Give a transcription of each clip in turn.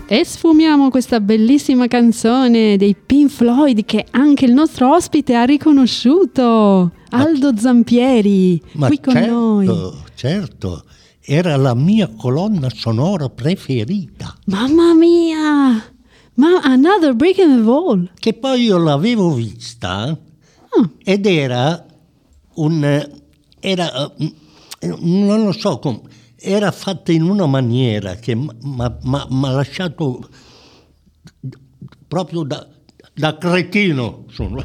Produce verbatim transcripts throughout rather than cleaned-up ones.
E sfumiamo questa bellissima canzone dei Pink Floyd che anche il nostro ospite ha riconosciuto, Aldo Zampieri, ma qui con certo, noi. Certo, era la mia colonna sonora preferita. Mamma mia! Ma Another Brick in the Wall. Che poi io l'avevo vista Ah. ed era un... era... non lo so come... era fatta in una maniera che mi ha lasciato proprio da, da cretino. Sono.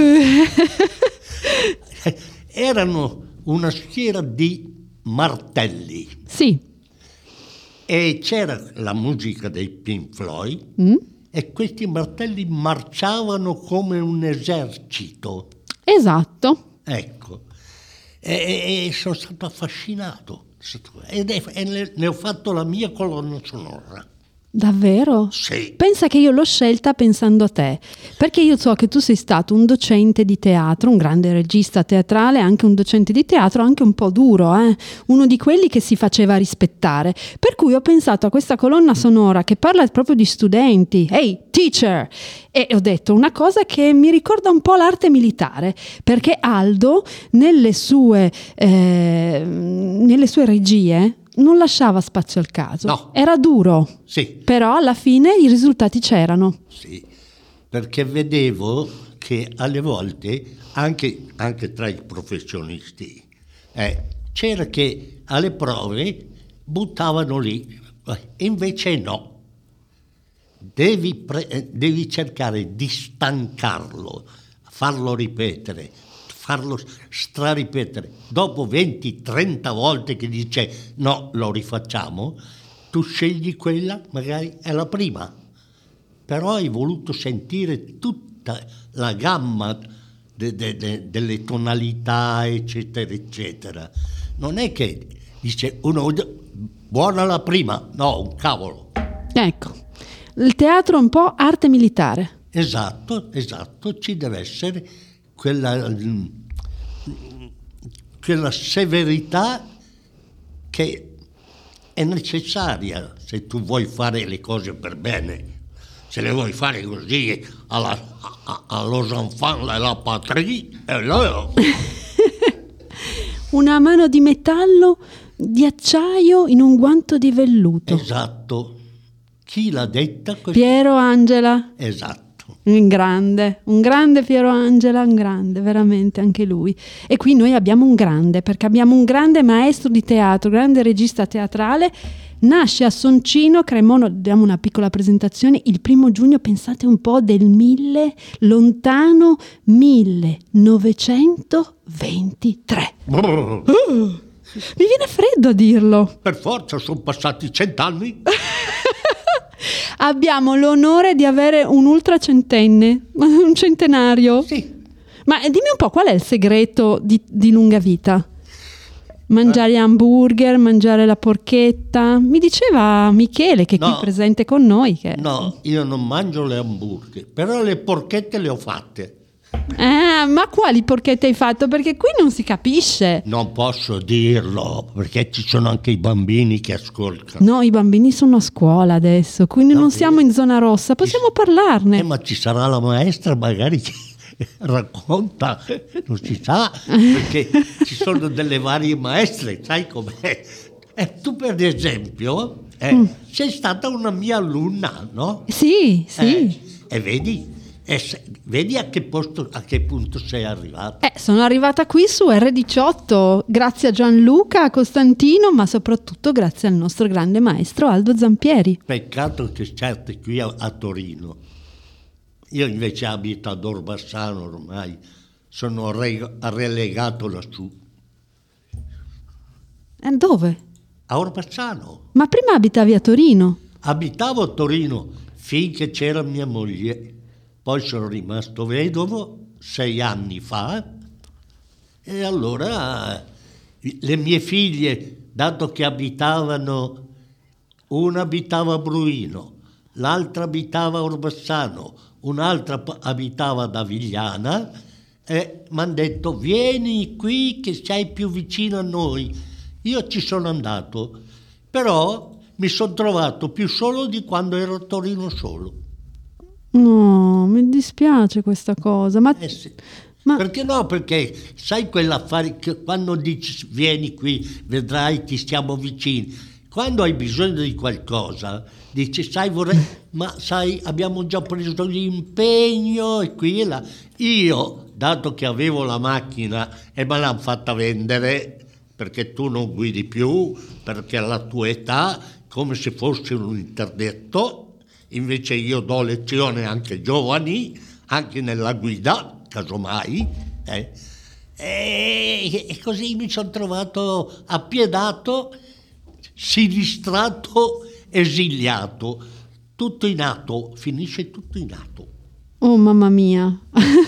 Erano una schiera di martelli. Sì. E c'era la musica dei Pink Floyd Mm? e questi martelli marciavano come un esercito. Esatto. Ecco. E, e sono stato affascinato. Ed è, e ne ho fatto la mia colonna sonora. Davvero? Sì. Pensa che io l'ho scelta pensando a te, perché io so che tu sei stato un docente di teatro, un grande regista teatrale, anche un docente di teatro, anche un po' duro, eh? Uno di quelli che si faceva rispettare. Per cui ho pensato a questa colonna sonora che parla proprio di studenti. Hey, teacher! E ho detto una cosa che mi ricorda un po' l'arte militare, perché Aldo nelle sue, eh, nelle sue regie non lasciava spazio al caso. No. Era duro. Sì. Però alla fine i risultati c'erano. Sì, perché vedevo che alle volte, anche, anche tra i professionisti, eh, c'era che alle prove buttavano lì, e invece no. Devi, pre- devi cercare di stancarlo, farlo ripetere, farlo straripetere. Dopo venti trenta volte che dice no, lo rifacciamo, tu scegli quella, magari è la prima, però hai voluto sentire tutta la gamma de, de, de, delle tonalità, eccetera, eccetera. Non è che dice uno buona la prima, no, un cavolo. Ecco, il teatro è un po' arte militare. Esatto, esatto, ci deve essere quella, quella severità che è necessaria se tu vuoi fare le cose per bene. Se le vuoi fare così alla, a, allo enfants de la patrie, allora... Una mano di metallo, di acciaio in un guanto di velluto. Esatto. Chi l'ha detta? Questa? Piero Angela. Esatto. Un grande, un grande Piero Angela, un grande, veramente anche lui. E qui noi abbiamo un grande, perché abbiamo un grande maestro di teatro, grande regista teatrale. Nasce a Soncino, Cremono, diamo una piccola presentazione, il primo giugno, pensate un po', del mille, lontano millenovecentoventitré. Brrr. Uh, mi viene freddo a dirlo. Per forza, sono passati cent'anni. Abbiamo l'onore di avere un ultracentenne, un centenario. Sì. Ma dimmi un po', qual è il segreto di, di lunga vita? Mangiare hamburger, mangiare la porchetta. Mi diceva Michele, che è No. qui presente con noi. Che... No, io non mangio le hamburger, però le porchette le ho fatte. Ah, ma quali porchette hai fatto? Perché qui non si capisce. Non posso dirlo, perché ci sono anche i bambini che ascoltano. No, i bambini sono a scuola adesso, quindi Va non bene. siamo in zona rossa, possiamo parlarne. Eh, ma ci sarà la maestra magari che racconta, non si sa, perché ci sono delle varie maestre, sai com'è? Eh, tu per esempio eh, Mm. sei stata una mia alunna, no? Sì, sì. Eh, e vedi, e se- vedi a che, posto, a che punto sei arrivata. Eh, sono arrivata qui su erre diciotto grazie a Gianluca, a Costantino, ma soprattutto grazie al nostro grande maestro Aldo Zampieri. Peccato che siate qui a, a Torino. Io invece abito ad Orbassano ormai, sono re- relegato lassù. Eh, dove? A Orbassano. Ma prima abitavi a Torino. Abitavo a Torino finché c'era mia moglie, poi sono rimasto vedovo sei anni fa e allora le mie figlie, dato che abitavano, una abitava a Bruino, l'altra abitava a Orbassano, un'altra p- abitava ad Avigliana e mi hanno detto vieni qui che sei più vicino a noi. Io ci sono andato, però mi sono trovato più solo di quando ero a Torino solo. No, mi dispiace questa cosa, ma... Eh sì. ma... Perché no? Perché sai quell'affare che quando dici vieni qui, vedrai, ti stiamo vicini. Quando hai bisogno di qualcosa, dici, sai, vorrei, ma sai, abbiamo già preso l'impegno e qui e là. Io, dato che avevo la macchina e me l'hanno fatta vendere, perché tu non guidi più, perché alla tua età, come se fosse un interdetto, invece io do lezione anche giovani, anche nella guida, casomai, eh. e, e così mi sono trovato appiedato, sinistratto, esiliato, tutto in atto, finisce tutto in atto. Oh mamma mia!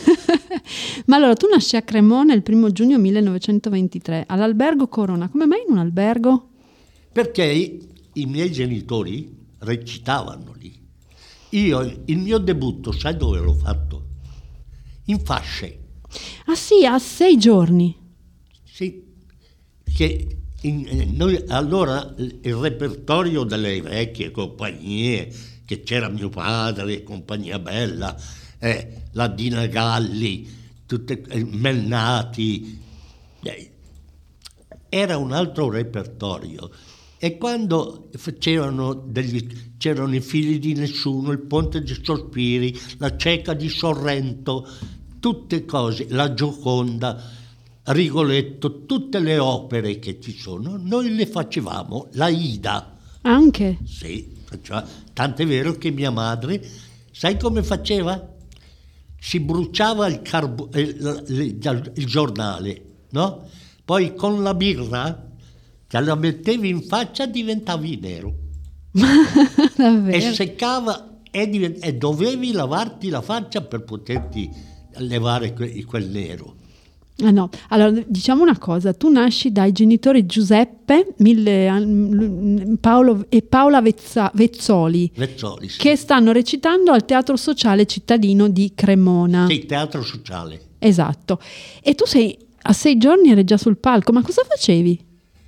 Ma allora tu nasci a Cremona il primo giugno millenovecentoventitré, all'albergo Corona. Come mai in un albergo? Perché i miei genitori recitavano lì. Io il mio debutto, sai dove l'ho fatto? In Fasce. Ah sì, a sei giorni. Sì, che in, eh, noi allora il repertorio delle vecchie compagnie, che c'era mio padre, Compagnia Bella, eh, la Dina Galli, tutte, eh, Melnati, eh, era un altro repertorio. E quando facevano degli, c'erano i Figli di Nessuno, il Ponte dei Sospiri, la Cieca di Sorrento, tutte cose, la Gioconda, Rigoletto, tutte le opere che ci sono, noi le facevamo, la Ida. Anche? Sì, faceva, tant'è vero che mia madre, sai come faceva? Si bruciava il, carbo, il, il, il giornale, no? Poi con la birra, che la mettevi in faccia, diventavi nero. Davvero? E seccava e, divent- e dovevi lavarti la faccia per poterti levare que- quel nero. Ah no, allora diciamo una cosa, tu nasci dai genitori Giuseppe mille, Paolo e Paola Vezza, Vezzoli, Vezzoli, sì. Che stanno recitando al Teatro Sociale Cittadino di Cremona. Sì, teatro sociale. Esatto. E tu sei a sei giorni eri già sul palco, ma cosa facevi?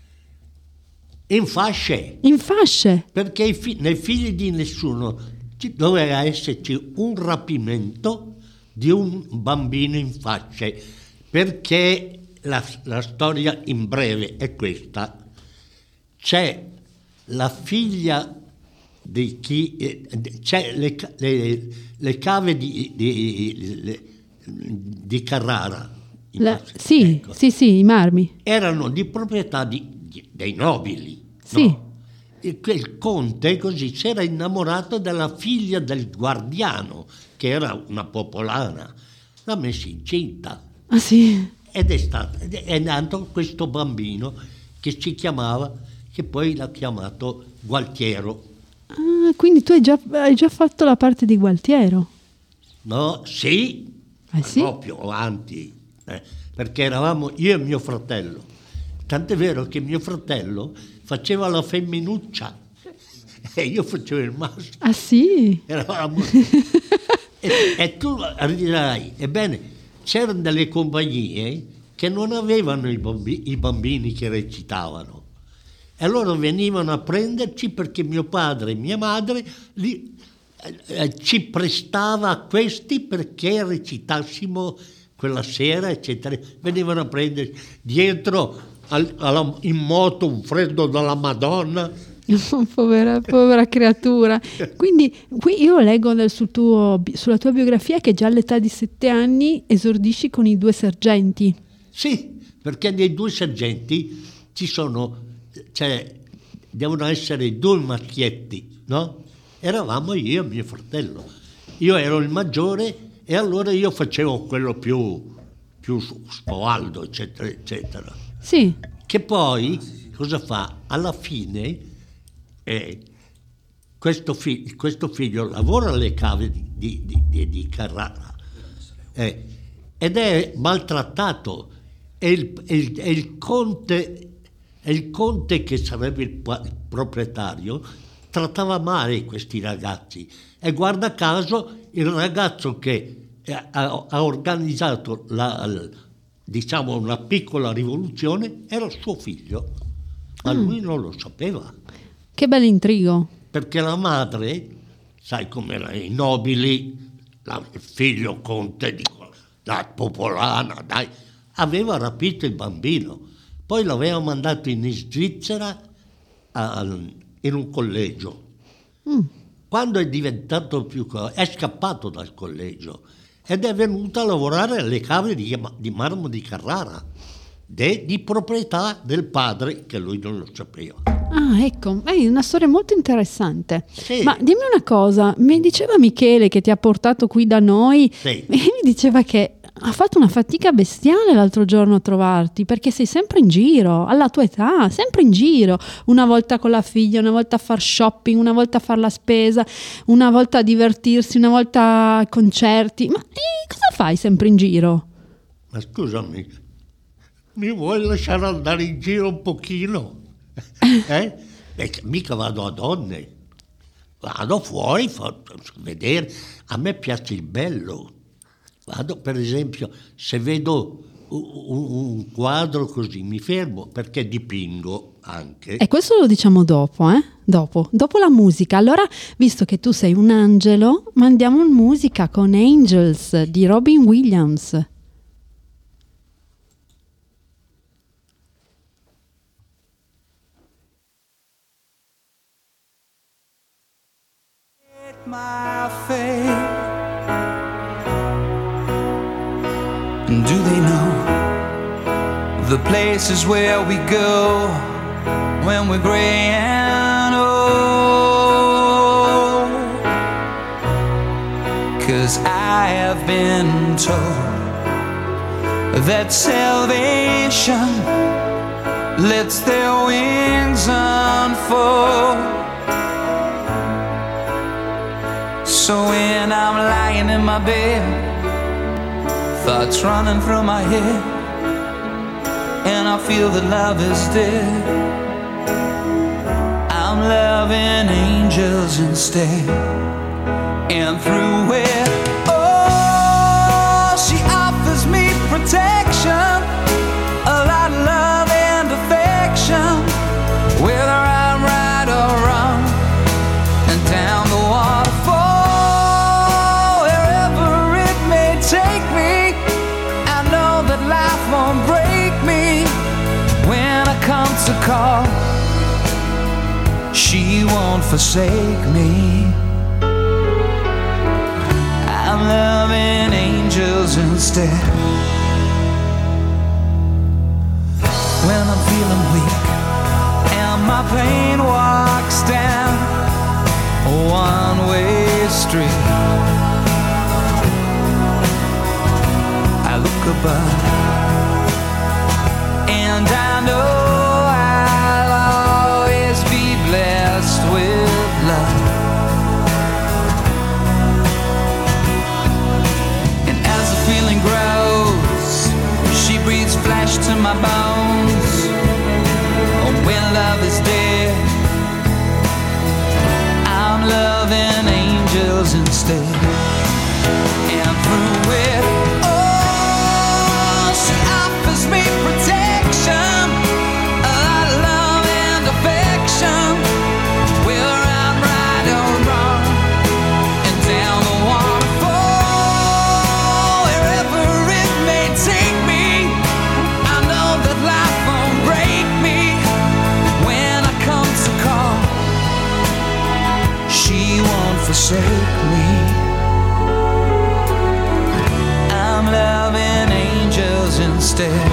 In fasce. In fasce? Perché i fi- nei Figli di Nessuno ci doveva esserci un rapimento di un bambino in fasce, perché la, la storia in breve è questa. C'è la figlia di chi... Eh, c'è le, le, le cave di, di, le, di Carrara. La, sì, ecco. sì, sì, i marmi. Erano di proprietà di, di, dei nobili. Sì. No? E il conte così si era innamorato della figlia del guardiano, che era una popolana. L'ha messa incinta. Ah sì? Ed è stato, è nato questo bambino che si chiamava, che poi l'ha chiamato Gualtiero. Ah, quindi tu hai già, hai già fatto la parte di Gualtiero? No, sì, Eh sì? proprio avanti, eh, perché eravamo io e mio fratello. Tant'è vero che mio fratello faceva la femminuccia e io facevo il maschio. Ah sì? Eravamo... e, e tu dirai, ebbene, c'erano delle compagnie che non avevano i, bambi- i bambini che recitavano. E allora venivano a prenderci perché mio padre e mia madre li, eh, ci prestava a questi perché recitassimo quella sera, eccetera. Venivano a prenderci dietro al, alla, in moto, un freddo dalla Madonna. povera, povera creatura. Quindi qui io leggo nel, sul tuo, sulla tua biografia che già all'età di sette anni esordisci con i Due Sergenti. Sì, perché nei Due Sergenti ci sono, cioè, devono essere due maschietti, no? Eravamo io e mio fratello. Io ero il maggiore e allora io facevo quello più, più spavaldo, eccetera, eccetera. Sì. Che poi, cosa fa? Alla fine, eh, questo, fi- questo figlio lavora alle cave di, di, di, di, di Carrara eh, ed è maltrattato. E il, il, e il conte... E il conte, che sarebbe il, il proprietario, trattava male questi ragazzi. E guarda caso, il ragazzo che ha, ha organizzato la, diciamo una piccola rivoluzione era suo figlio, ma lui non lo sapeva. Che bell'intrigo. Perché la madre, sai com'erano i nobili, la, il figlio conte di la popolana, dai, aveva rapito il bambino, poi l'aveva mandato in Svizzera a, in un collegio. Mm. Quando è diventato più è scappato dal collegio ed è venuto a lavorare alle cave di, di marmo di Carrara, de, di proprietà del padre, che lui non lo sapeva. Ah, ecco, è una storia molto interessante. Sì. Ma dimmi una cosa, mi diceva Michele che ti ha portato qui da noi, sì. E mi diceva che ha fatto una fatica bestiale l'altro giorno a trovarti, perché sei sempre in giro, alla tua età, sempre in giro, una volta con la figlia, una volta a far shopping, una volta a far la spesa, una volta a divertirsi, una volta a concerti. Ma eh, cosa fai sempre in giro? Ma scusami, mi vuoi lasciare andare in giro un pochino? Eh? Perché mica vado a donne, vado fuori a vedere, a me piace il bello. Vado, per esempio, se vedo un, un quadro così mi fermo, perché dipingo anche. E questo lo diciamo dopo, eh? Dopo, dopo la musica. Allora, visto che tu sei un angelo, mandiamo in musica con Angels di Robin Williams. My faith. Do they know the places where we go when we're gray and old? 'Cause I have been told that salvation lets their wings unfold. So when I'm lying in my bed, thoughts running through my head, and I feel that love is dead, I'm loving angels instead. And through it, oh, she offers me protection, a lot of love and affection, whether I'm right or wrong, and down the waterfall, wherever it may take me, I know that life won't break me. When I come to call, she won't forsake me. I'm loving angels instead. When I'm feeling weak and my pain walks down a one-way street, I look above and I know I'll always be blessed with love. And as the feeling grows, she breathes flesh to my bones. Oh, when love is dead, I'm loving angels instead. And through it, oh, she offers me protection, a lot of love and affection, whether I'm right or wrong, and down the waterfall, wherever it may take me, I know that life won't break me. When I come to call, she won't forsake me. I'm loving angels instead.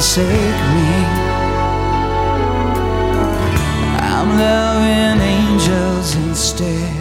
forsake me. I'm loving angels instead.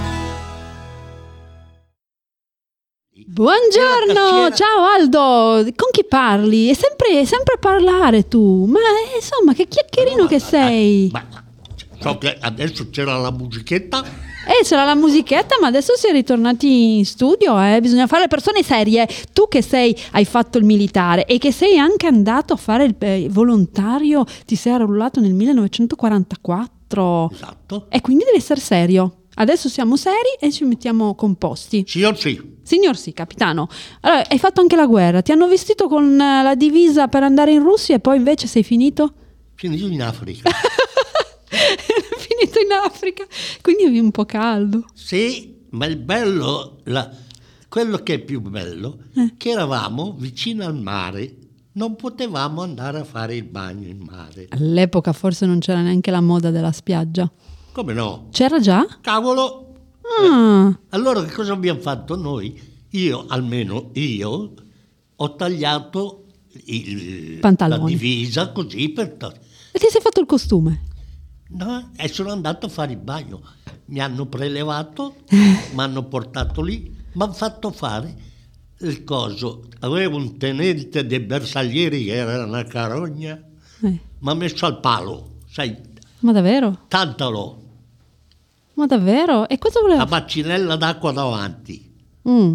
Buongiorno, ciao Aldo, con chi parli? È sempre, è sempre a parlare tu, ma eh, insomma che chiacchierino Ma- che sei. Ma so che adesso c'era la musichetta. Eh, c'era la musichetta, ma adesso si è ritornati in studio, eh? Bisogna fare le persone serie. Tu che sei, hai fatto il militare e che sei anche andato a fare il eh, volontario, ti sei arruolato nel millenovecentoquarantaquattro. Esatto. E quindi devi essere serio. Adesso siamo seri e ci mettiamo composti. Sì o sì? Signor sì, capitano. Allora, hai fatto anche la guerra. Ti hanno vestito con eh, la divisa per andare in Russia e poi invece sei finito? Finito in Africa. finito in Africa. Quindi avevi un po' caldo. Sì, ma il bello, la- quello che è più bello, Eh. che eravamo vicino al mare, non potevamo andare a fare il bagno in mare. All'epoca forse non c'era neanche la moda della spiaggia. Come no? C'era già? Cavolo! Ah, Allora che cosa abbiamo fatto noi? Io, almeno io, ho tagliato il- la Pantaloni. divisa così per... to- e ti sei fatto il costume? No, e sono andato a fare il bagno. Mi hanno prelevato, mi hanno portato lì, mi hanno fatto fare il coso. Avevo un tenente dei bersaglieri che era una carogna, Eh, mi ha messo al palo, sai, ma davvero? tantalo, Ma davvero? E cosa voleva la bacinella d'acqua davanti, Mm,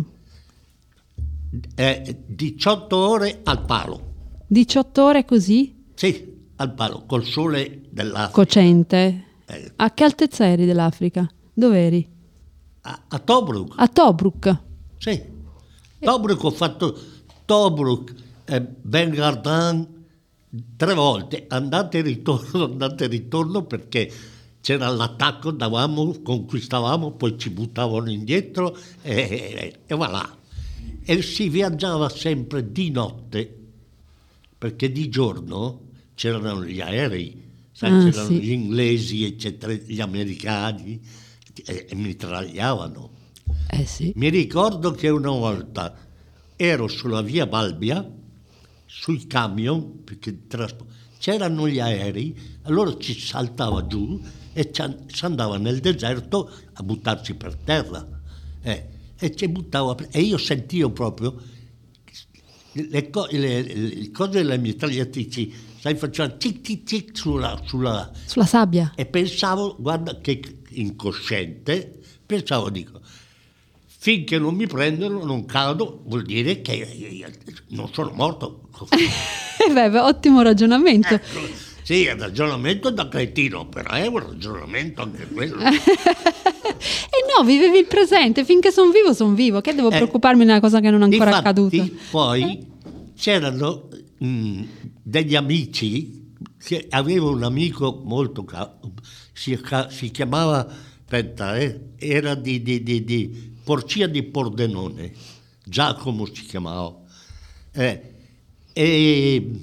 eh, diciotto ore al palo, diciotto ore così? sì, al palo, col sole dell'Africa. Cocente. Eh, A che altezza eri dell'Africa? Dove eri? a, a Tobruk. A Tobruk. Sì, Tobruk ho fatto Tobruk, eh, Ben Gardin tre volte, andate e ritorno, andate e ritorno perché c'era l'attacco, davamo, conquistavamo, poi ci buttavano indietro e, e, e voilà. E si viaggiava sempre di notte perché di giorno c'erano gli aerei, sai, Ah, c'erano sì. gli inglesi, eccetera, gli americani e, e mitragliavano. Eh sì. Mi ricordo che una volta ero sulla via Balbia, sui camion, perché traspo- c'erano gli aerei, allora ci saltava giù e ci an- si andava nel deserto a buttarsi per terra. Eh, e ci buttava per- e io sentivo proprio le, co- le- le cose delle mitragliatrici, sai, facevano tic tic tic sulla, sulla Sulla sabbia. e pensavo, guarda che incosciente, pensavo, dico, finché non mi prendono, non cado, vuol dire che non sono morto. Eh beh, beh, ottimo ragionamento. Ecco, sì, è un ragionamento da cretino, però è un ragionamento anche quello. E no, vivevi il presente. Finché sono vivo, sono vivo. Che devo Eh, preoccuparmi di una cosa che non è ancora Difatti, accaduta? poi c'erano mh, degli amici, che avevo un amico molto ca- si, ca- si chiamava, aspetta, eh, era di, di, di, di Porcia di Pordenone, Giacomo si chiamava, eh, e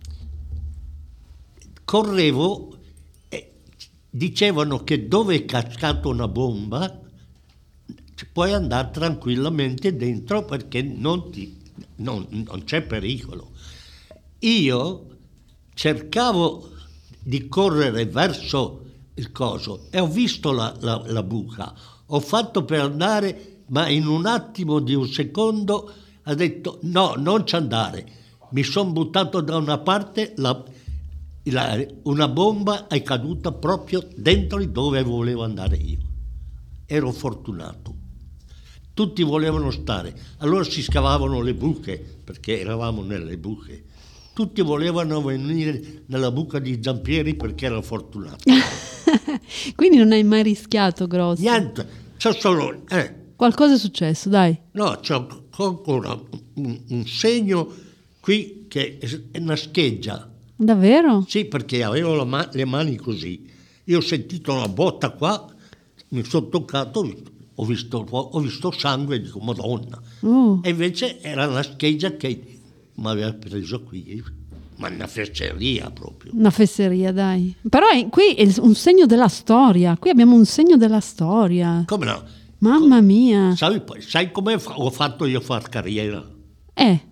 correvo e dicevano che dove è cascata una bomba ci puoi andare tranquillamente dentro perché non, ti, non, non c'è pericolo. Io cercavo di correre verso il coso e ho visto la, la, la buca, ho fatto per andare, ma in un attimo di un secondo ha detto no, non ci andare. Mi sono buttato da una parte, la, la, una bomba è caduta proprio dentro dove volevo andare io. Ero fortunato. Tutti volevano stare, allora si scavavano le buche, perché eravamo nelle buche. Tutti volevano venire nella buca di Zampieri perché era fortunato. Quindi non hai mai rischiato grosso. Niente, c'è solo... Eh, Qualcosa è successo, dai. no, c'è ancora un, un segno qui che è una scheggia. Davvero? Sì, perché avevo la ma- le mani così. Io ho sentito una botta qua, mi sono toccato, ho visto, ho visto sangue e dico, Madonna. Uh. E invece era una scheggia che mi aveva preso qui, ma una fesseria proprio. Una fesseria, dai. Però è- qui è un segno della storia. Qui abbiamo un segno della storia. Come no? Mamma mia. Sai, sai come fa- ho fatto io a far carriera? Eh,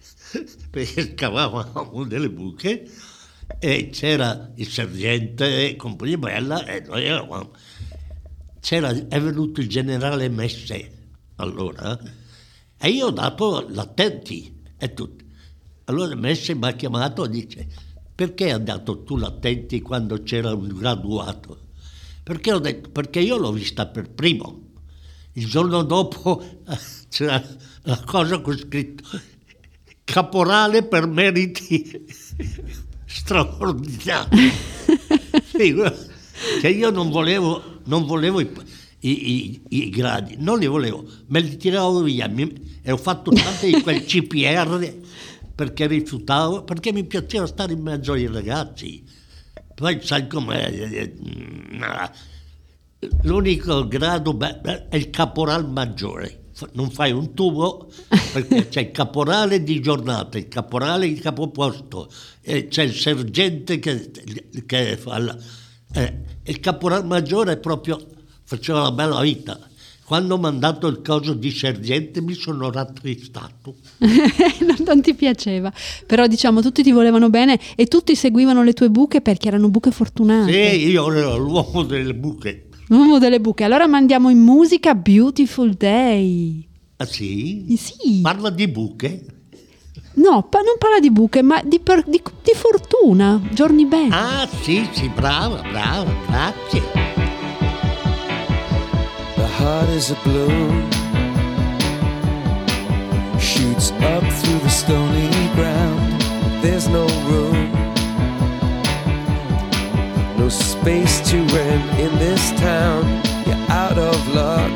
perché scavavamo delle buche e c'era il sergente e compagnia bella e noi eravamo. C'era, è venuto il generale Messe allora e io ho dato l'attenti e tutto. Allora Messe mi ha chiamato e dice: perché hai dato tu l'attenti quando c'era un graduato? Perché ho detto, perché io l'ho vista per primo. Il giorno dopo c'era la cosa con scritto caporale per meriti straordinari. Cioè io non volevo, non volevo i, i, i, i gradi, non li volevo, me li tiravo via mi, e ho fatto tante di quel C P R perché rifiutavo, perché mi piaceva stare in mezzo ai ragazzi. Poi sai com'è, l'unico grado beh, è il caporal maggiore. Non fai un tubo perché c'è il caporale di giornata, il caporale di capoposto, e c'è il sergente che, che fa la, eh, il caporal maggiore è proprio faceva la bella vita. Quando mi hanno dato il coso di sergente mi sono rattristato. non, non ti piaceva, però diciamo tutti ti volevano bene e tutti seguivano le tue buche perché erano buche fortunate. Sì, io ero l'uomo delle buche. L'uomo delle buche. Allora mandiamo in musica Beautiful Day. Ah sì? Sì. Parla di buche? No, pa- non parla di buche, ma di, per- di, di fortuna, giorni belli. Ah sì, sì, brava, brava, grazie. The heart is a balloon, shoots up through the stony ground. There's no room, no space to rent in this town. You're out of luck,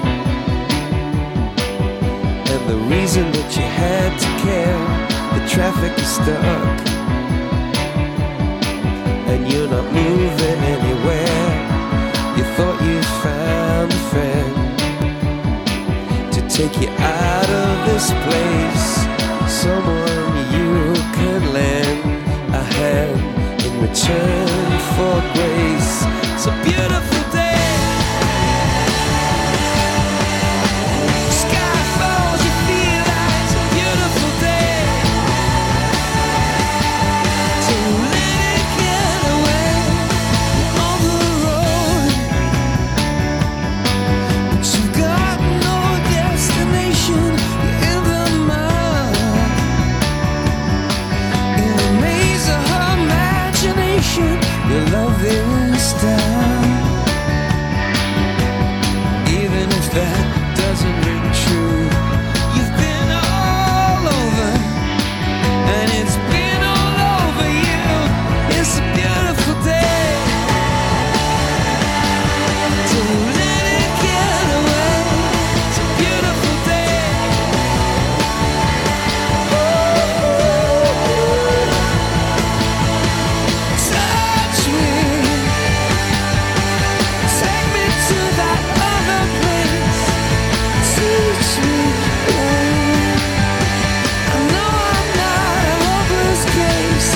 and the reason that you had to care, the traffic is stuck, and you're not moving anywhere. You thought you found a friend to take you out of this place, someone you can lend a hand in return for grace. It's a beautiful day. Sky falls, you feel like it's a beautiful day. Don't let it get away on the road, but you've got no destination. You're in the mud, in the maze of her imagination. Your love is down, even if that doesn't ring true. You've been all over, and it's been all over you. It's a beautiful day. Don't let it get away. It's a beautiful day. Touch me, take me to that other place. Teach me, I know I'm not a hopeless case.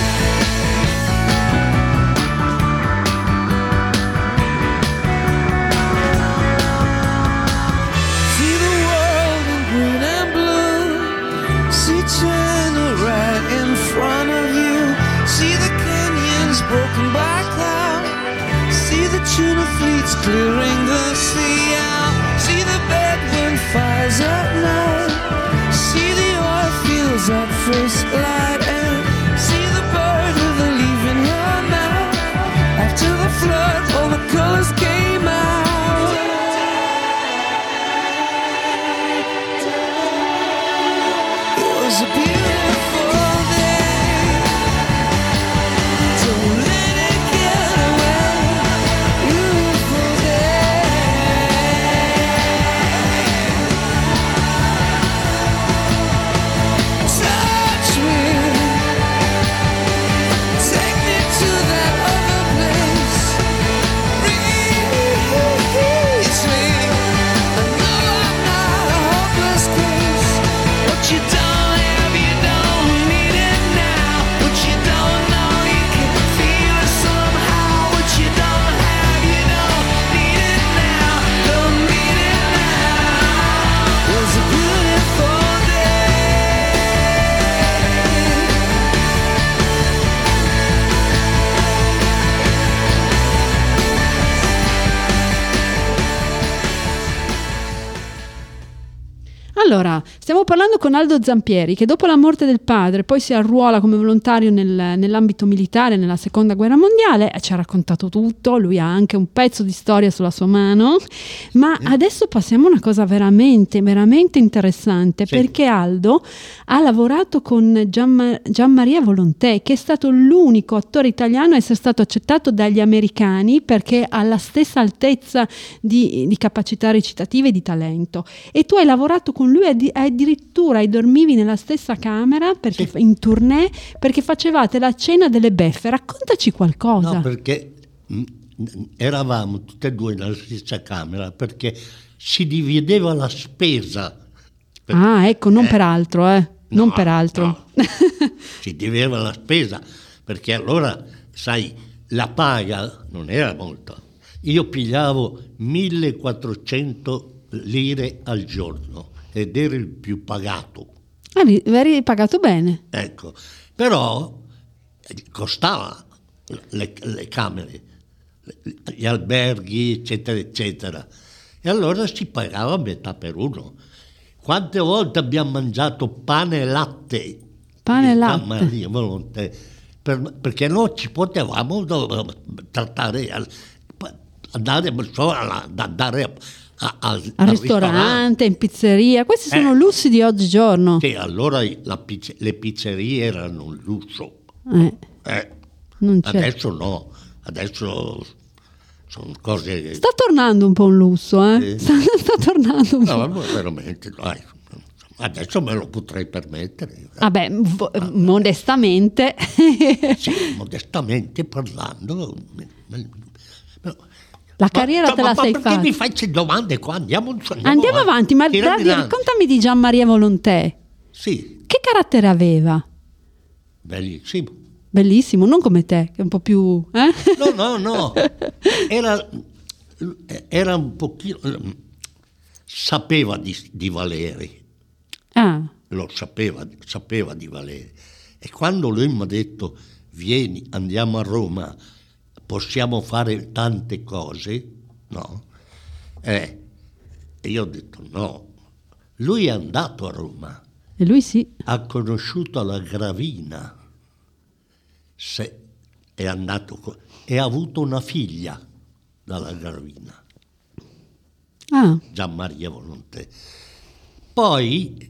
See the world in green and blue. See China right in front of you. See the canyons broken by cloud. See the tuna fleets clearing the sea out. See the bedroom fires at night. See the oil fields at first light. And see the bird with a leaf in her mouth. After the flood, all the colors came out. It was a beautiful day. Don't let it get away. Beautiful day. Touch Allora, stiamo parlando con Aldo Zampieri, che dopo la morte del padre poi si arruola come volontario nel, nell'ambito militare nella seconda guerra mondiale, ci ha raccontato tutto, lui ha anche un pezzo di storia sulla sua mano, ma sì. Adesso passiamo a una cosa veramente, veramente interessante, sì. perché Aldo ha lavorato con Gian, Gianmaria Volontè, che è stato l'unico attore italiano a essere stato accettato dagli americani perché ha la stessa altezza di, di capacità recitative e di talento. E tu hai lavorato con lui, addirittura hai dormivi nella stessa camera perché, sì. in tournée, perché facevate la cena delle beffe. Raccontaci qualcosa. No, perché mh, eravamo tutte e due nella stessa camera perché si divideva la spesa. Ah, ecco, non eh, per altro, eh. Non no, per altro. No. Si divideva la spesa perché allora, sai, la paga non era molta. Io pigliavo millequattrocento lire al giorno ed ero il più pagato. Ah, eri pagato bene. Ecco, però costava le, le camere, gli alberghi, eccetera, eccetera. E allora si pagava metà per uno. Quante volte abbiamo mangiato pane e latte? Pane e latte. Maria, Volontè, per, perché non ci potevamo trattare, andare, andare a, a, a, al ristorante, ristorante, in pizzeria. Questi sono eh, lussi di oggigiorno. Sì, allora la pizze, le pizzerie erano un lusso. Eh, eh, non c'è. Adesso no, adesso sono cose... Sta tornando un po' un lusso, eh? Sì. Sta, sta tornando un no, po'. Veramente, dai. Adesso me lo potrei permettere. Vabbè, vo- ah, modestamente. Sì, modestamente parlando. La carriera ma, te ma, la ma sei perché fatta? mi fai queste domande qua? Andiamo, andiamo, andiamo avanti, ma da, raccontami di Gianmaria Volontè. Sì. Che carattere aveva? Bellissimo. Bellissimo, non come te, che è un po' più... Eh? No, no, no. Era, era un pochino... Sapeva di, di valere. Ah. Lo sapeva, sapeva di valere. E quando lui mi ha detto, vieni, andiamo a Roma, possiamo fare tante cose, no? Eh, e io ho detto no. Lui è andato a Roma. E lui sì. Ha conosciuto la Gravina. Se, è andato e ha avuto una figlia dalla Gravina. Ah. Gianmaria Volontè. Poi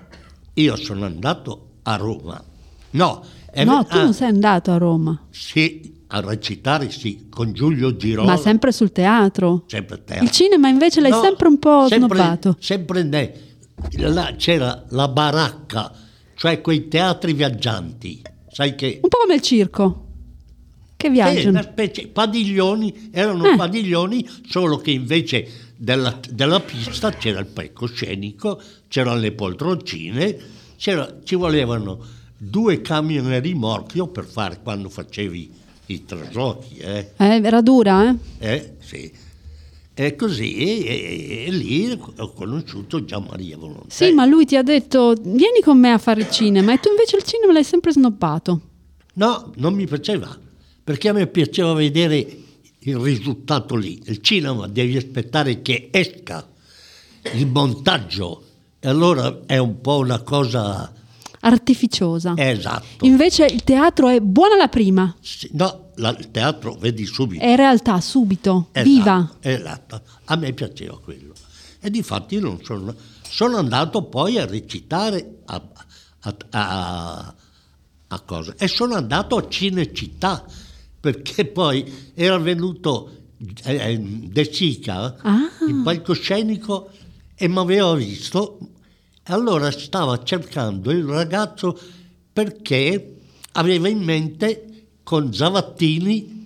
io sono andato a Roma. No, è, no tu ah, non sei andato a Roma. Sì, a recitare sì, con Giulio Girolamo. Ma sempre sul teatro. Sempre teatro. Il cinema invece l'hai no, sempre un po' sempre, snobbato. Sempre ne, là c'era la baracca, cioè quei teatri viaggianti. Sai che... Un po' come il circo. Che viaggiano. Sì, una specie, padiglioni, erano eh. padiglioni, solo che invece della, della pista c'era il palcoscenico, c'erano le poltroncine, c'era, ci volevano due camion e rimorchio per fare quando facevi i traslochi. Eh. Eh, era dura, eh? Eh, sì. E così, e, e, e lì ho conosciuto Gianmaria Volontè. Sì, ma lui ti ha detto, vieni con me a fare il cinema, e tu invece il cinema l'hai sempre snobbato. No, non mi piaceva, perché a me piaceva vedere il risultato lì. Il cinema devi aspettare che esca il montaggio, e allora è un po' una cosa artificiosa. Esatto. Invece il teatro è buona la prima. Sì, no, la, il teatro vedi subito. È realtà, subito, esatto, viva. Esatto, a me piaceva quello. E difatti non sono, sono andato poi a recitare a, a, a, a cosa. E sono andato a Cinecittà, perché poi era venuto eh, De Sica, ah. il palcoscenico, e mi aveva visto. Allora stava cercando il ragazzo perché aveva in mente con Zavattini,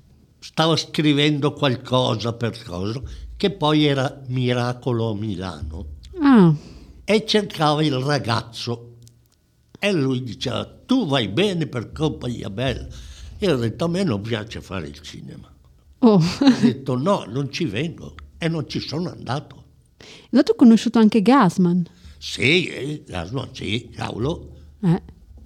stava scrivendo qualcosa per cosa, che poi era Miracolo a Milano. Ah. E cercava il ragazzo. E lui diceva, tu vai bene per Compagnia Bella. E ho detto, a me non piace fare il cinema. Oh. Ho detto, no, non ci vengo. E non ci sono andato. E tu hai conosciuto anche Gassman. Sì, eh, no, sì, cavolo. Eh.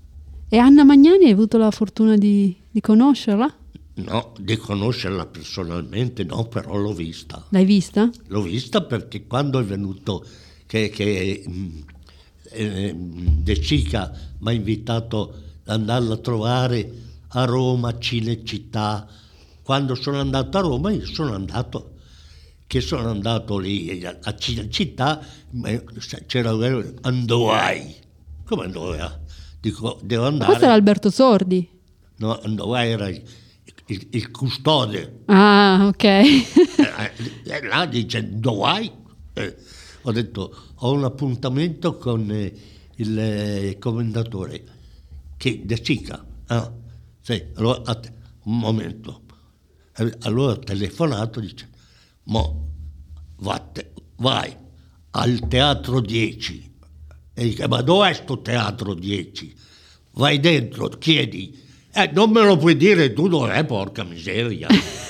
E Anna Magnani hai avuto la fortuna di, di conoscerla? No, di conoscerla personalmente no, però l'ho vista. L'hai vista? L'ho vista perché quando è venuto che, che eh, De Sica mi ha invitato ad andarla a trovare a Roma, Cinecittà. Quando sono andato a Roma, io sono andato, che sono andato lì a Cinecittà, c'era Andovai. Come Andovai? Dico, devo andare. Questo era Alberto Sordi. No, Andovai era il, il, il custode. Ah, ok. E là dice Andovai. Eh, ho detto, ho un appuntamento con eh, il eh, commendatore, che De Sica. Ah, sì, allora, att- un momento. Allora ho telefonato, dice, mo, vatte, vai al Teatro dieci. E dice, ma dov'è sto Teatro dieci? Vai dentro, chiedi. Eh, non me lo puoi dire tu dov'è, porca miseria.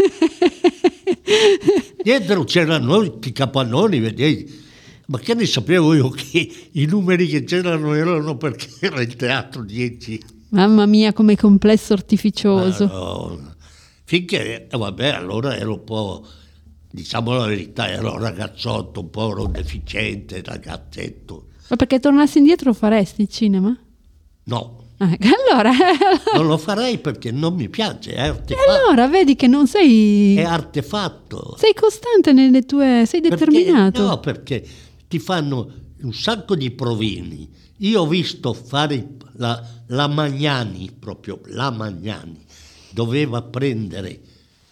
Dietro c'erano i capannoni, vedi? Ma che ne sapevo io che i numeri che c'erano erano perché era il Teatro dieci? Mamma mia, come complesso artificioso. Ah, no. Finché, eh, vabbè, allora ero un po', diciamo la verità, ero un ragazzotto, un po' un deficiente, ragazzetto. Ma perché tornassi indietro faresti il cinema? No. Ah, allora... Non lo farei perché non mi piace, è artefatto. E allora vedi che non sei... È artefatto. Sei costante nelle tue... Sei determinato. Perché, no, perché ti fanno un sacco di provini. Io ho visto fare la, la Magnani, proprio la Magnani, doveva prendere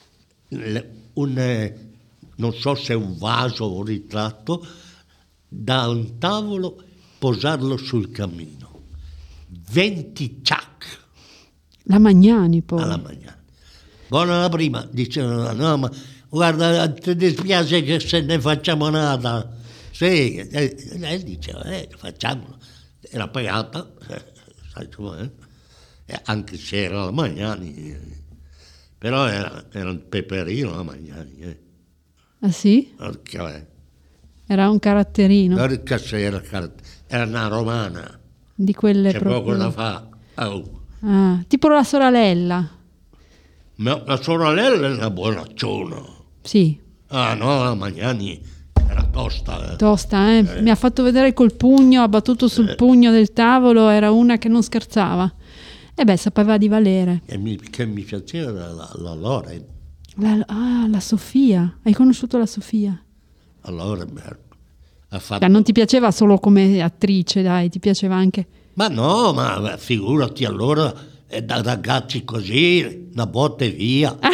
un, non so se un vaso o un ritratto, da un tavolo, posarlo sul cammino. venti ciac. La Magnani poi. Alla Magnani. Buona la prima, dicevano, no ma guarda, ti dispiace che se ne facciamo nada. Sì, e lei diceva, eh, facciamolo. Era pagata, eh, sai com'è? Eh, anche se era la Magnani, eh. Però era, era un peperino la Magnani. Eh. Ah sì? Perché, Era un caratterino. perché se era, era una romana, Di quelle c'è proprio... poco da fa. Oh. Ah, tipo la sorella. Ma la sorella è una buonacciona. Sì, Ah no, la Magnani era tosta. Eh. tosta, eh? Eh. Mi ha fatto vedere col pugno, ha battuto sul Eh. pugno del tavolo, era una che non scherzava. E beh, sapeva di valere. E mi, che mi piaceva la, la, la Loren. La, ah, la Sofia. Hai conosciuto la Sofia? La Loren ha fatto... Cioè, non ti piaceva solo come attrice, dai, ti piaceva anche... Ma no, ma figurati allora, eh, da ragazzi così, una botta e via. E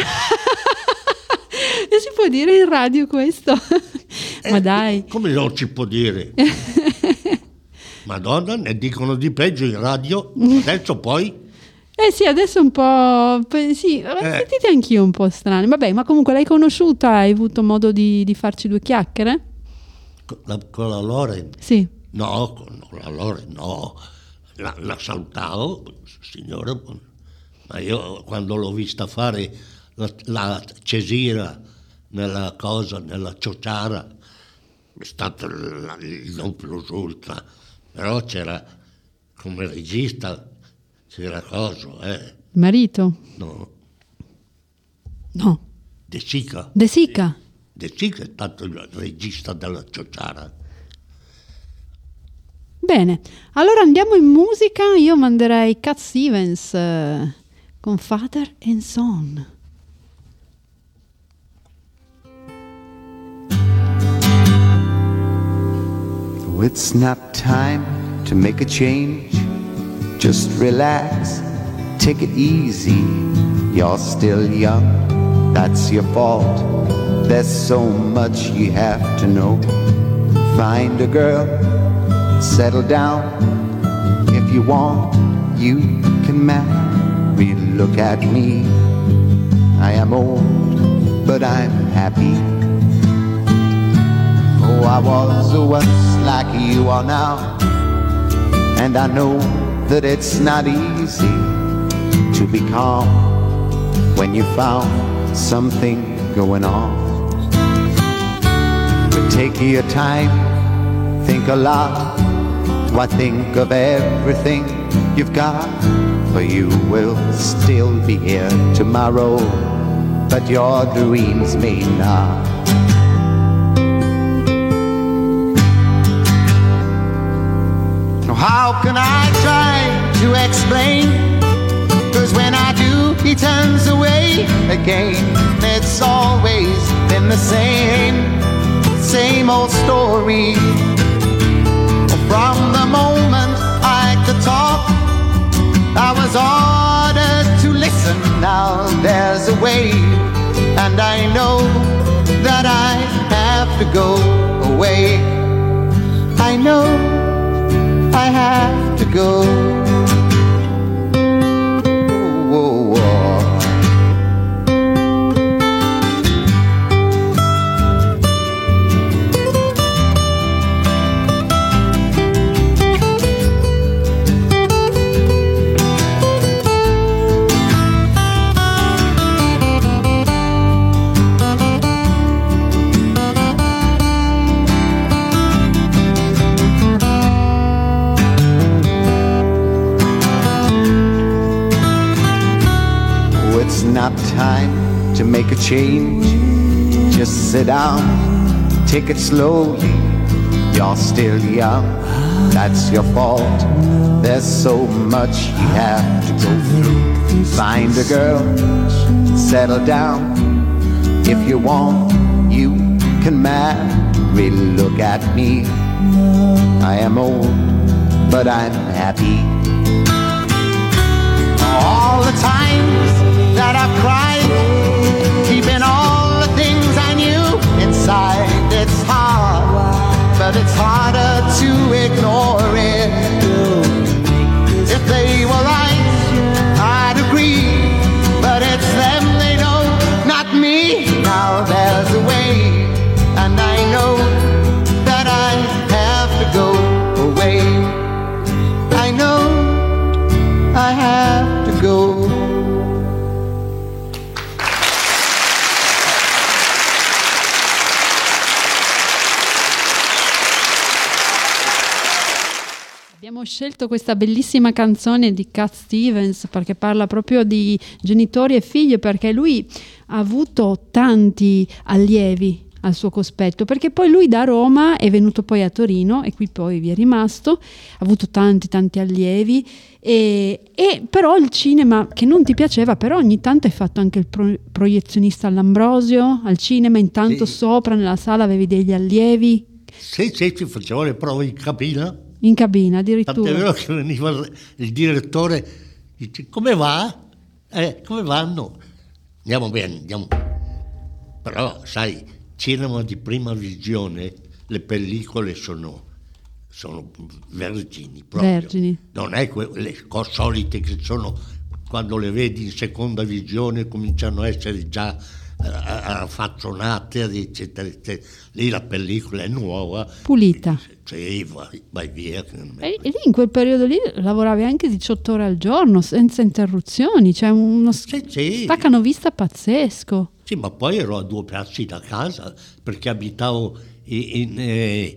si può dire in radio questo? Ma Eh, dai. Come non si può dire? Madonna, ne dicono di peggio in radio, adesso poi... Eh sì, adesso un po'... pe- Sì, eh. Sentite anch'io un po' strani. Vabbè, ma comunque l'hai conosciuta? Hai avuto modo di, di farci due chiacchiere? Con la, con la Loren? Sì. No, con la Loren no. La, la salutavo, signora, ma io quando l'ho vista fare la, la cesira nella cosa, nella ciociara, è stato la- il non plus ultra, però c'era come regista, c'era cosa, eh, Marito? no, No. De Sica. De Sica? De Sica è stato il regista della ciociara. Bene, allora andiamo in musica. Io manderei Cat Stevens eh, con Father and Son. Oh, it's not time to make a change. Just relax, take it easy. You're still young, that's your fault. There's so much you have to know. Find a girl, settle down. If you want, you can marry. Look at me, I am old, but I'm happy. Oh, I was once like you are now, and I know that it's not easy to be calm when you found something going on. But take your time, think a lot. Why think of everything you've got? For you will still be here tomorrow, but your dreams may not. How can I try to explain? 'Cause when I do, he turns away again. It's always been the same, same old story. From the moment I could talk, I was ordered to listen. Now there's a way, and I know that I have to go away. I know I have to go. Whoa, whoa. It's not time to make a change. Just sit down, take it slowly. You're still young, that's your fault. There's so much you have to go through. Find a girl, settle down. If you want, you can marry. Look at me, I am old, but I'm happy. All the times that I've cried, keeping all the things I knew inside. It's hard, but it's harder to ignore it. If they were right, I'd agree, but it's them they know, not me. Now there's a way, and I know that I have to go away. I know I have to go. Abbiamo scelto questa bellissima canzone di Cat Stevens perché parla proprio di genitori e figli, perché lui ha avuto tanti allievi al suo cospetto, perché poi lui da Roma è venuto poi a Torino e qui poi vi è rimasto, ha avuto tanti tanti allievi e, e però il cinema che non ti piaceva, però ogni tanto hai fatto anche il pro, proiezionista all'Ambrosio, al cinema, intanto sì. Sopra nella sala avevi degli allievi. Sì, sì, ci facevamo le prove in cabina. In cabina addirittura. Tant'è vero che veniva il direttore, dice come va? Eh, come vanno? Andiamo bene, andiamo. Però sai, cinema di prima visione, le pellicole sono, sono vergini proprio. Vergini. Non è quelle cose solite che sono, quando le vedi in seconda visione cominciano a essere già affazzonate, eccetera, eccetera. Lì la pellicola è nuova, pulita. Sì, vai, vai via. E, e lì in quel periodo lì lavoravi anche diciotto ore al giorno senza interruzioni, cioè uno sì, sì. staccanovista pazzesco. Sì, ma poi ero a due passi da casa perché abitavo in, in,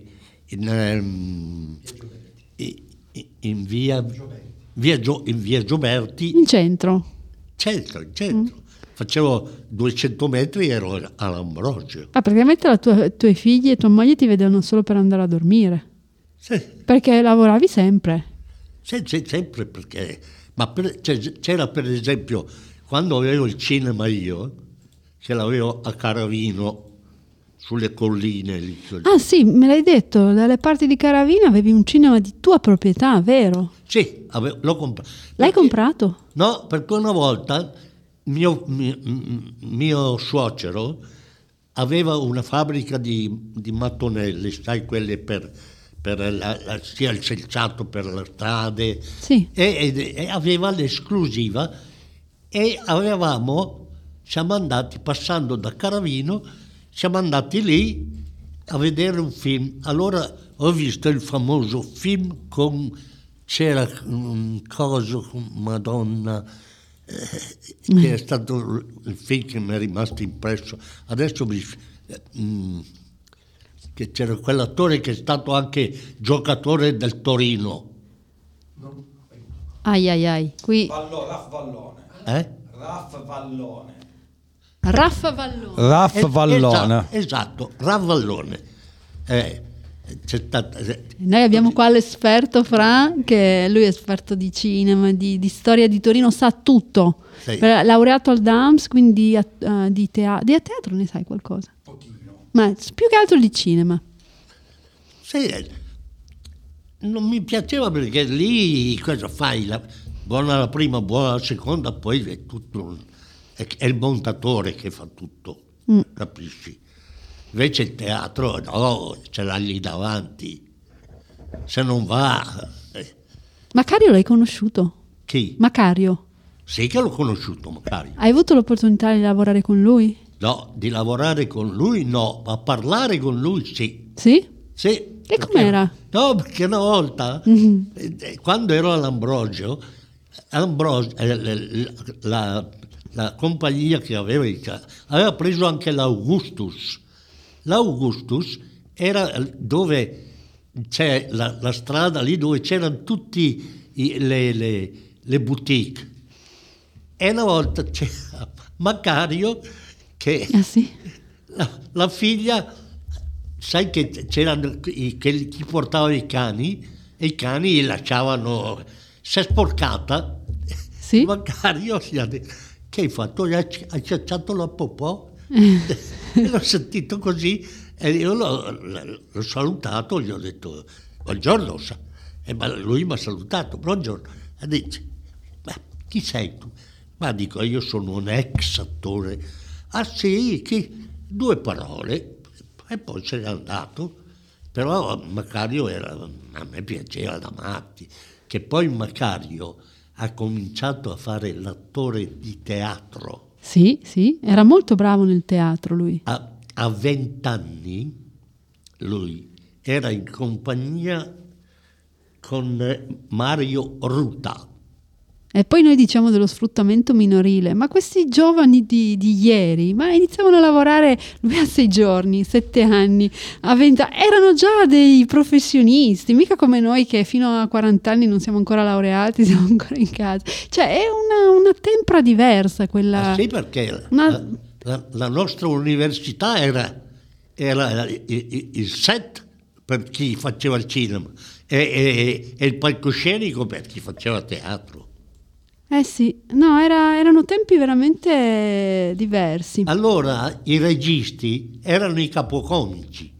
in, in, in via, via, Gio, in via Gioberti. In centro. Centro, in centro. Mm. Facevo duecento metri e ero all'Ambrosio. Ah, praticamente la tua, i tuoi figli e tua moglie ti vedevano solo per andare a dormire? Sì. Perché lavoravi sempre? Sì, sì, sempre perché... Ma per, c'era per esempio, quando avevo il cinema io, che l'avevo a Caravino, sulle colline. Lì. Ah sì, me l'hai detto, dalle parti di Caravino avevi un cinema di tua proprietà, vero? Sì, avevo, l'ho comprato. L'hai perché, comprato? No, perché una volta... Mio, mio, mio suocero aveva una fabbrica di, di mattonelle, sai, quelle per, per la, la, sia il selciato per le strade, sì. e, e, e aveva l'esclusiva e avevamo, siamo andati, passando da Caravino, siamo andati lì a vedere un film. Allora ho visto il famoso film con, c'era un coso, Madonna, che è stato il film che mi è rimasto impresso. Adesso mi, mm, che c'era quell'attore che è stato anche giocatore del Torino. Ai ai ai, qui Vallo, Raff Vallone. Eh? Raff Vallone. Raff Vallone. Raff Vallone. Esatto, esatto, Raff Vallone. Eh, c'è stata, Noi abbiamo qua l'esperto Fra, che lui è esperto di cinema, di, di storia di Torino, sa tutto. Sì. Laureato al D A M S, quindi uh, di, tea- di teatro ne sai qualcosa? Pochino. Ma più che altro di cinema. sì, non mi piaceva perché lì cosa fai? La, buona la prima, buona la seconda, poi è tutto un, è, è il montatore che fa tutto, Mm. capisci? Invece il teatro no, ce l'ha lì davanti, se non va. eh, Macario l'hai conosciuto? Chi? Macario, Sì che l'ho conosciuto magari. hai avuto l'opportunità di lavorare con lui? No, di lavorare con lui no, ma parlare con lui sì. Sì? Sì. E perché- com'era? No, perché una volta, Mhm. eh, quando ero all'Ambrogio, Ambrogio, eh, le- la, la compagnia che aveva, il ca- aveva preso anche l'Augustus. L'Augustus era dove c'è la, la strada lì dove c'erano tutte le, le, le boutique. E una volta c'era Macario che Ah sì? la, la figlia, sai che c'erano i, che, chi portava i cani e i cani li lasciavano, si è sporcata. Sì? Macario si ha detto, che hai fatto? Hai hai cacciato la popò? E l'ho sentito così e io l'ho, l'ho salutato, gli ho detto buongiorno, sa- e ma lui mi ha salutato, buongiorno, e dice, ma chi sei tu? Ma dico, io sono un ex attore. Ah sì, chi? Due parole e poi se n'è andato. Però Macario era, a me piaceva da matti, che poi Macario ha cominciato a fare l'attore di teatro. Sì, sì, era molto bravo nel teatro lui. A, a vent'anni lui era in compagnia con eh, Mario Ruta. E poi noi diciamo dello sfruttamento minorile, ma questi giovani di, di ieri, ma iniziavano a lavorare, lui a sei giorni, sette anni, a venti, erano già dei professionisti, mica come noi che fino a quaranta anni non siamo ancora laureati, siamo ancora in casa. Cioè è una, una tempra diversa quella... Ah, sì, perché una- la, la- la nostra università era, era il, il- il set per chi faceva il cinema e, e- e il palcoscenico per chi faceva teatro. Eh sì, no, era- erano tempi veramente diversi. Allora i registi erano i capocomici,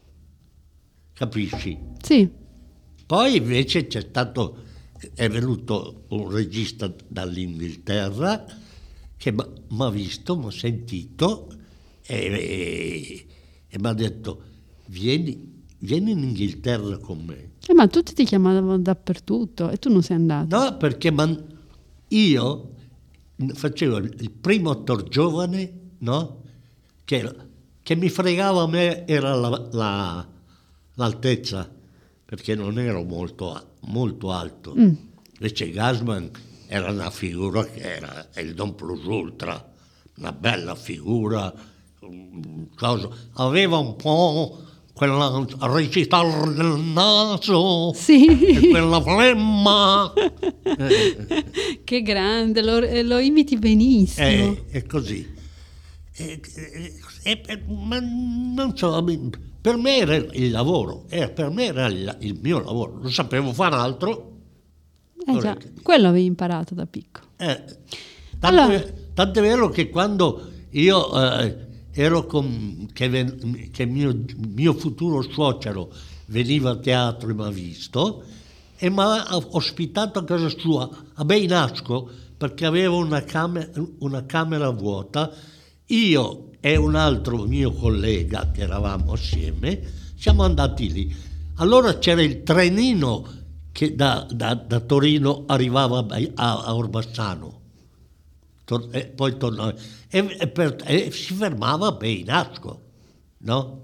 capisci? Sì, Poi invece c'è stato, è venuto un regista dall'Inghilterra che mi ha visto, mi ha sentito e, e- e mi ha detto vieni, vieni in Inghilterra con me. Eh, ma tutti ti chiamavano dappertutto e tu non sei andato. No, perché man- io facevo il il primo attore giovane, no? Che, che mi fregava a me era la- la- l'altezza, perché non ero molto, a- molto alto. Mm. Invece Gasman era una figura che era il non plus ultra, una bella figura, un coso. Aveva un po' quella recitare del naso, Sì. e quella flemma. Che grande, lo, eh, lo imiti benissimo. È, è così. E- e- e- ma non so, per me era il lavoro, era- per me era il, il mio lavoro, non sapevo fare altro. Eh già, quello avevi imparato da piccolo. Eh, tanto, Allora- è, tanto è vero che quando io eh, ero con, che, ven- che mio, mio futuro suocero veniva a teatro e mi ha visto e mi ha ospitato a casa sua a Beinasco perché avevo una camera, una camera vuota. Io e un altro mio collega che eravamo assieme siamo andati lì. Allora c'era il trenino che da, da- da Torino arrivava a, Be- a- a Orbassano. Tor- e poi tornava e, e per- e si fermava a Beinasco, no?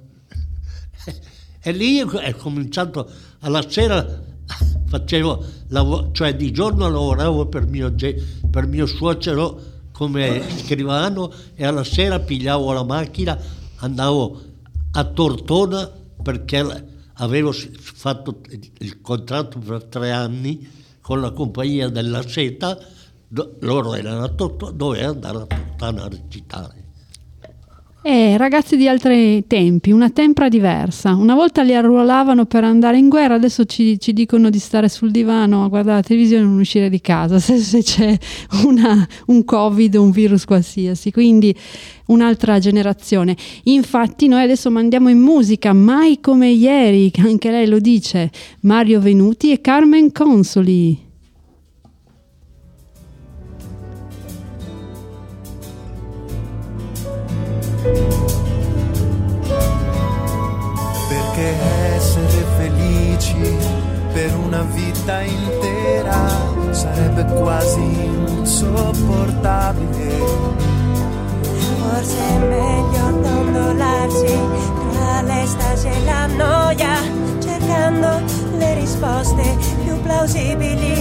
E lì è cominciato alla sera facevo lavo- cioè di giorno lavoravo per mio, ge- per mio suocero come scrivano e alla sera pigliavo la macchina, andavo a Tortona perché avevo s- fatto il contratto per tre anni con la compagnia della Seta, do- loro erano a Tortona, dovevo andare a Tortona a recitare. Eh, ragazzi di altri tempi, una tempra diversa. Una volta li arruolavano per andare in guerra, adesso ci, ci dicono di stare sul divano a guardare la televisione e non uscire di casa se, se c'è una, un covid o un virus qualsiasi. Quindi un'altra generazione. Infatti noi adesso mandiamo in musica Mai come ieri, che anche lei lo dice, Mario Venuti e Carmen Consoli. Perché essere felici per una vita intera sarebbe quasi insopportabile. Forse è meglio dondolarsi tra l'estasi e la noia, cercando le risposte più plausibili.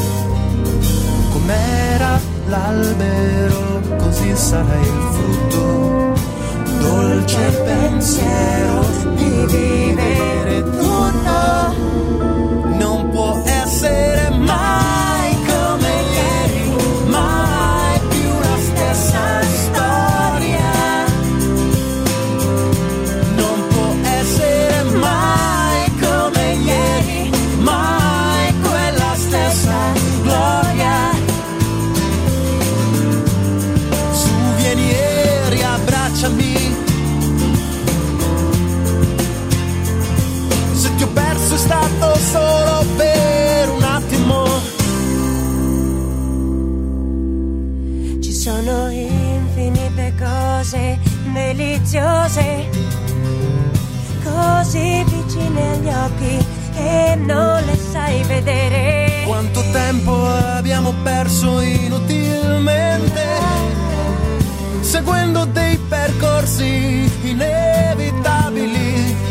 Com'era l'albero, così sarà il frutto. Dolce pensiero di vivere tutto. Non può essere mai come ieri, mai più la stessa storia. Non può essere mai come ieri, mai quella stessa gloria. Su, vieni e riabbracciami. Se ti ho perso è stato solo per un attimo. Ci sono infinite cose deliziose, così vicine agli occhi che non le sai vedere. Quanto tempo abbiamo perso inutilmente, seguendo dei percorsi inevitabili.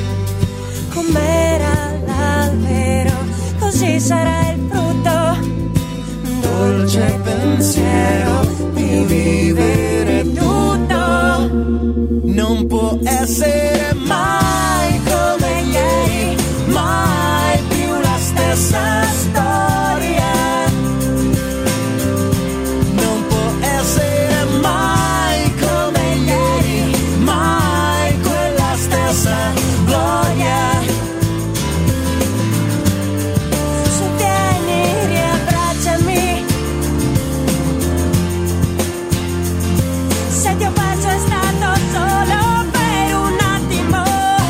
Com'era l'albero, così sarà il frutto. Dolce pensiero di vivere tutto. Non può essere mai come ieri, mai più la stessa storia. Non può essere mai come ieri, mai quella stessa gloria. Su, vieni, riabbracciami. Se ti ho perso è stato solo per un attimo.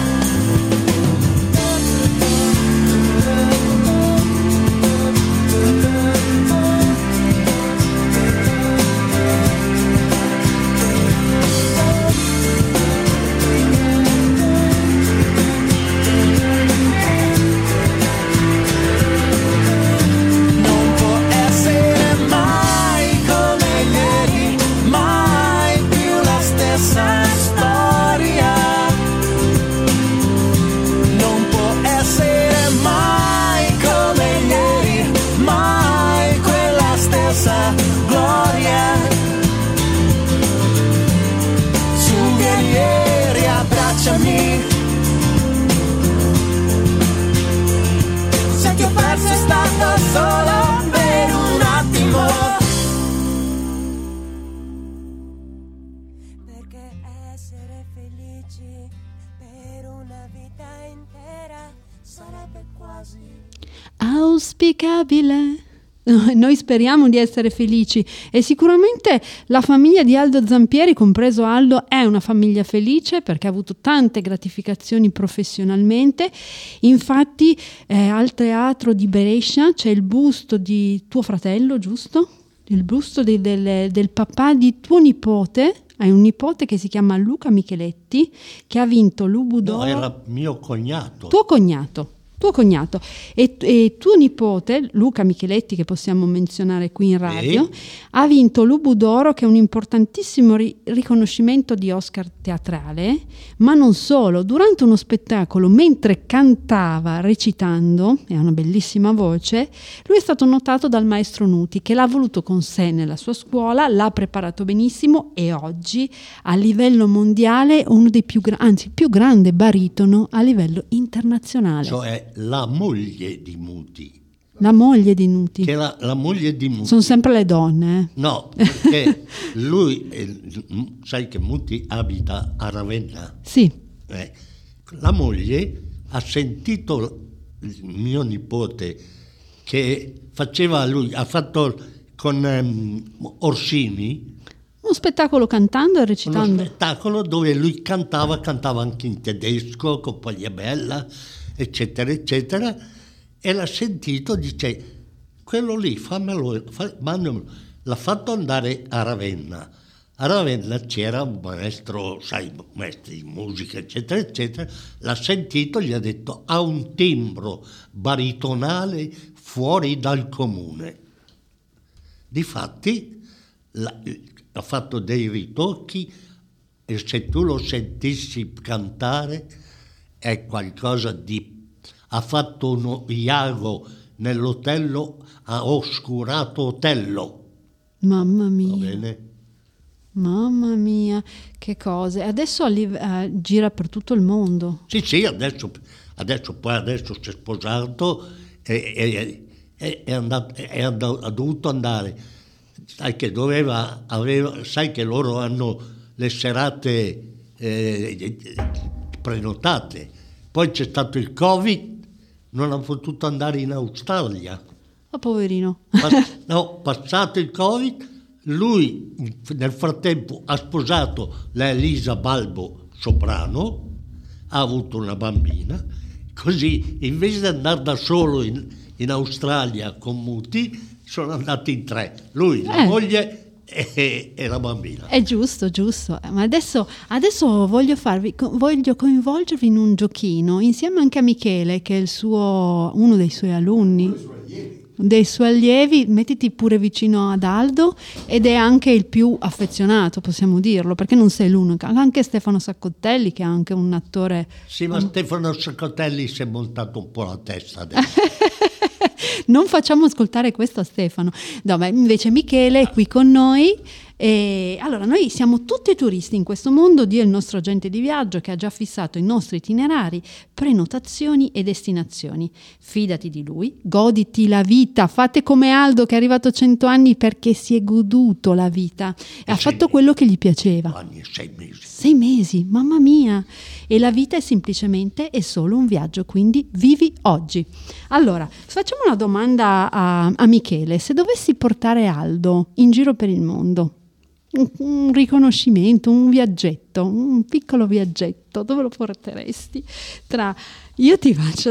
Non può essere mai come ieri, mai più la stessa storia. Non può essere mai come ieri, mai quella stessa gloria. Su, vieni e riabbracciami. Se ti ho perso è stato solo per un attimo. Perché essere felici per una vita intera sarebbe quasi Auspicabile. Noi speriamo di essere felici e sicuramente la famiglia di Aldo Zampieri, compreso Aldo, è una famiglia felice perché ha avuto tante gratificazioni professionalmente. Infatti eh, al teatro di Brescia c'è il busto di tuo fratello, giusto? Il busto di, del, del papà di tuo nipote. Hai un nipote che si chiama Luca Micheletti, che ha vinto l'Ubu d'Oro. No, era mio cognato. Tuo cognato. Tuo cognato e, e tuo nipote Luca Micheletti, che possiamo menzionare qui in radio, Sì. ha vinto l'Ubu d'Oro, che è un importantissimo ri- riconoscimento di Oscar teatrale, ma non solo. Durante uno spettacolo, mentre cantava recitando, e ha una bellissima voce, lui è stato notato dal maestro Nuti, che l'ha voluto con sé nella sua scuola, l'ha preparato benissimo e oggi a livello mondiale è uno dei più gra- anzi più grande baritono a livello internazionale. Cioè la moglie di Muti. La moglie di Nuti. Che era la moglie di Muti. Sono sempre le donne. Eh? No, perché lui, eh, sai che Muti abita a Ravenna. Sì. Eh, la moglie ha sentito il mio nipote che faceva lui, ha fatto con um, Orsini Un spettacolo cantando e recitando. uno spettacolo dove lui cantava, cantava anche in tedesco, Compagnia Bella, eccetera, eccetera, e l'ha sentito, dice, quello lì, fammelo, fa, mandamelo. L'ha fatto andare a Ravenna. A Ravenna c'era un maestro, sai, maestro di musica, eccetera, eccetera, l'ha sentito, gli ha detto, ha un timbro baritonale fuori dal comune. Difatti, la, ha fatto dei ritocchi e se tu lo sentissi cantare è qualcosa di... Ha fatto uno Iago nell'Otello, ha oscurato Otello. Mamma mia. Va bene? Mamma mia, che cose. Adesso uh, gira per tutto il mondo. Sì, sì, adesso, adesso poi adesso si è sposato e, e, e, è andato, è andato, ha dovuto andare. Sai che doveva, aveva, sai che loro hanno le serate eh, prenotate. Poi c'è stato il Covid, non ha potuto andare in Australia. Oh, poverino. Pass- no, passato il Covid, lui nel frattempo ha sposato la Elisa Balbo, soprano, ha avuto una bambina, così invece di andare da solo in, in Australia con Muti, sono andati in tre, lui, la Eh. moglie e, e la bambina. È giusto, giusto. Ma adesso, adesso voglio farvi, co- voglio coinvolgervi in un giochino, insieme anche a Michele, che è il suo, uno dei suoi alunni. Dei suoi allievi, mettiti pure vicino ad Aldo, ed è anche il più affezionato, possiamo dirlo, perché non sei l'unico, anche Stefano Saccottelli, che è anche un attore. Sì, ma Stefano Saccottelli si è montato un po' la testa adesso. Non facciamo ascoltare questo a Stefano. No, ma invece Michele è qui con noi. E allora, noi siamo tutti turisti in questo mondo, Dio è il nostro agente di viaggio che ha già fissato i nostri itinerari, prenotazioni e destinazioni. Fidati di lui, goditi la vita, fate come Aldo che è arrivato a cento anni perché si è goduto la vita e ha fatto quello che gli piaceva. Anni, sei mesi. Sei mesi, mamma mia! E la vita è semplicemente e solo un viaggio, quindi vivi oggi. Allora, facciamo una domanda a, a Michele. Se dovessi portare Aldo in giro per il mondo, un, un riconoscimento, un viaggetto, un piccolo viaggetto, dove lo porteresti? Tra, io ti faccio,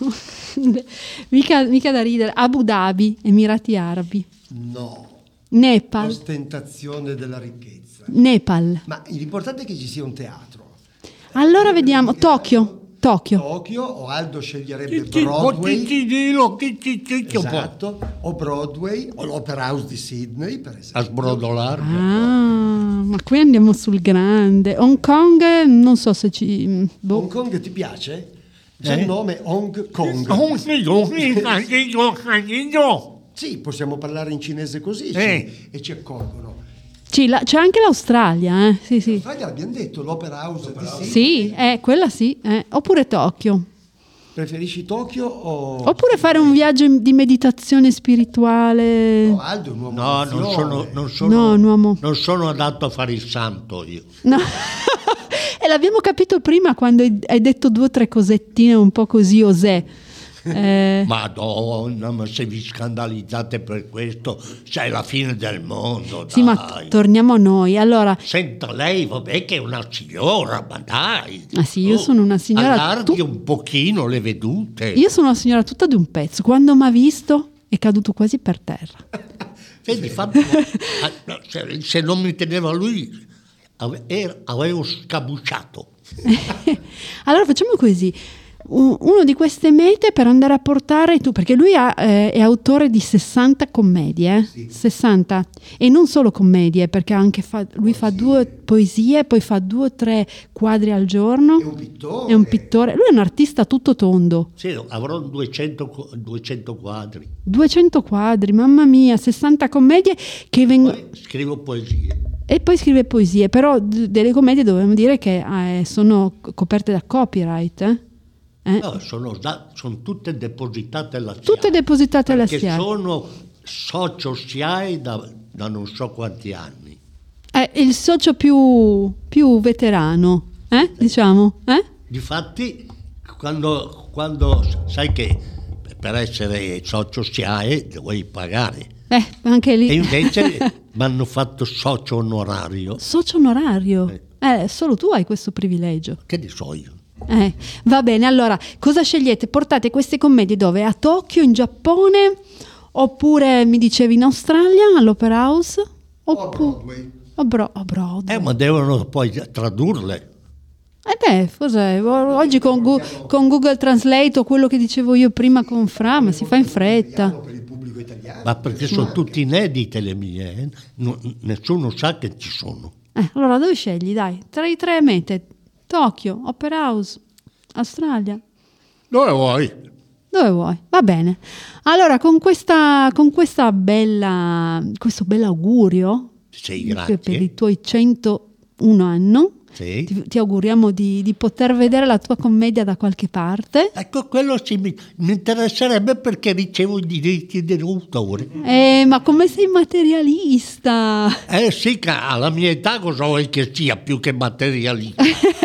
mica, mica da ridere, Abu Dhabi, Emirati Arabi, No, Nepal, ostentazione della ricchezza. Nepal. Ma l'importante è che ci sia un teatro. Allora vediamo, Tokyo, Tokyo. Tokyo, o Aldo sceglierebbe Chi- chi- Broadway. chi- chi- chi- chi- chi- chi- un po' Esatto, o Broadway, o l'Opera House di Sydney, per esempio. a sbrodolarmi. Ah, ma qui andiamo sul grande. Hong Kong, non so se ci... boh. Hong Kong ti piace? C'è Eh? il nome Hong Kong. Oh, sì, oh, sì, anche io, anche io. Sì, possiamo parlare in cinese così Eh. sì, e ci accolgono. Sì, la- c'è anche l'Australia, eh? Sì, sì. Infatti l'abbiamo detto, l'Opera House di Sydney. Sì, eh, quella sì. eh. Oppure Tokyo. Preferisci Tokyo o... Oppure fare un viaggio in- di meditazione spirituale. No, Aldo è un uomo No, non d'azione. sono, non, sono, No, un uomo. non sono adatto a fare il santo io. No. E l'abbiamo capito prima quando hai hai detto due o tre cosettine un po' così osè. Eh, Madonna, ma se vi scandalizzate per questo, c'è la fine del mondo, sì, ma dai. t- torniamo a noi. Allora, Senta lei, vabbè che è una signora, ma dai. Ah, sì, io sono una signora Allarghi tu- un pochino le vedute. io sono una signora tutta di un pezzo. Quando mi ha visto è caduto quasi per terra. Vedi, fatto, ah, no, se, se non mi teneva lui, ave- era- avevo scabucciato. Allora facciamo così. U- Uno di queste mete per andare a portare tu, perché lui ha, eh, è autore di sessanta commedie, eh? sessanta, e non solo commedie, perché anche fa, lui fa due poesie, poi fa due o tre quadri al giorno. È un pittore. È un pittore, lui è un artista tutto tondo. Sì, avrò duecento, co- duecento quadri. duecento quadri, mamma mia, sessanta commedie che vengono. Poi scrivo poesie. E poi scrive poesie, però d- delle commedie dobbiamo dire che eh, sono co- coperte da copyright, eh? Eh? No, sono, da- sono tutte depositate alla S I A. Tutte depositate alla S Perché I A. sono socio S I A E da, da non so quanti anni. È il socio più, più veterano, eh? Diciamo, eh? Difatti, quando, quando sai che per essere socio S I A E devi pagare. Eh, anche lì. E invece mi hanno fatto socio onorario. Socio onorario. Eh. Eh, solo tu hai questo privilegio. Che ne so io? Eh, va bene, allora, cosa scegliete? Portate queste commedie dove? A Tokyo, in Giappone, oppure mi dicevi in Australia, all'Opera House? O a Oppu- Broadway. a Bro- a Broadway. Eh, ma devono poi tradurle. Eh beh, cos'è? Oggi con, Gu- con Google Translate o quello che dicevo io prima con Fra, ma si fa in fretta. Per il pubblico italiano. Ma perché sono tutte inedite le mie, eh? No- nessuno sa che ci sono. Eh, allora dove scegli? Dai, tra i tre mete, Tokyo, Opera House, Australia. Dove vuoi? Dove vuoi? Va bene. Allora, con questa, con questa bella, questo bel augurio Sì, per- grazie. per i tuoi centouno anni, Sì. ti, ti auguriamo di, di poter vedere la tua commedia da qualche parte. Ecco, quello sì, mi, mi interesserebbe perché ricevo i diritti d'autore. Eh, ma come sei materialista? Eh sì, che alla mia età cosa vuoi che sia più che materialista?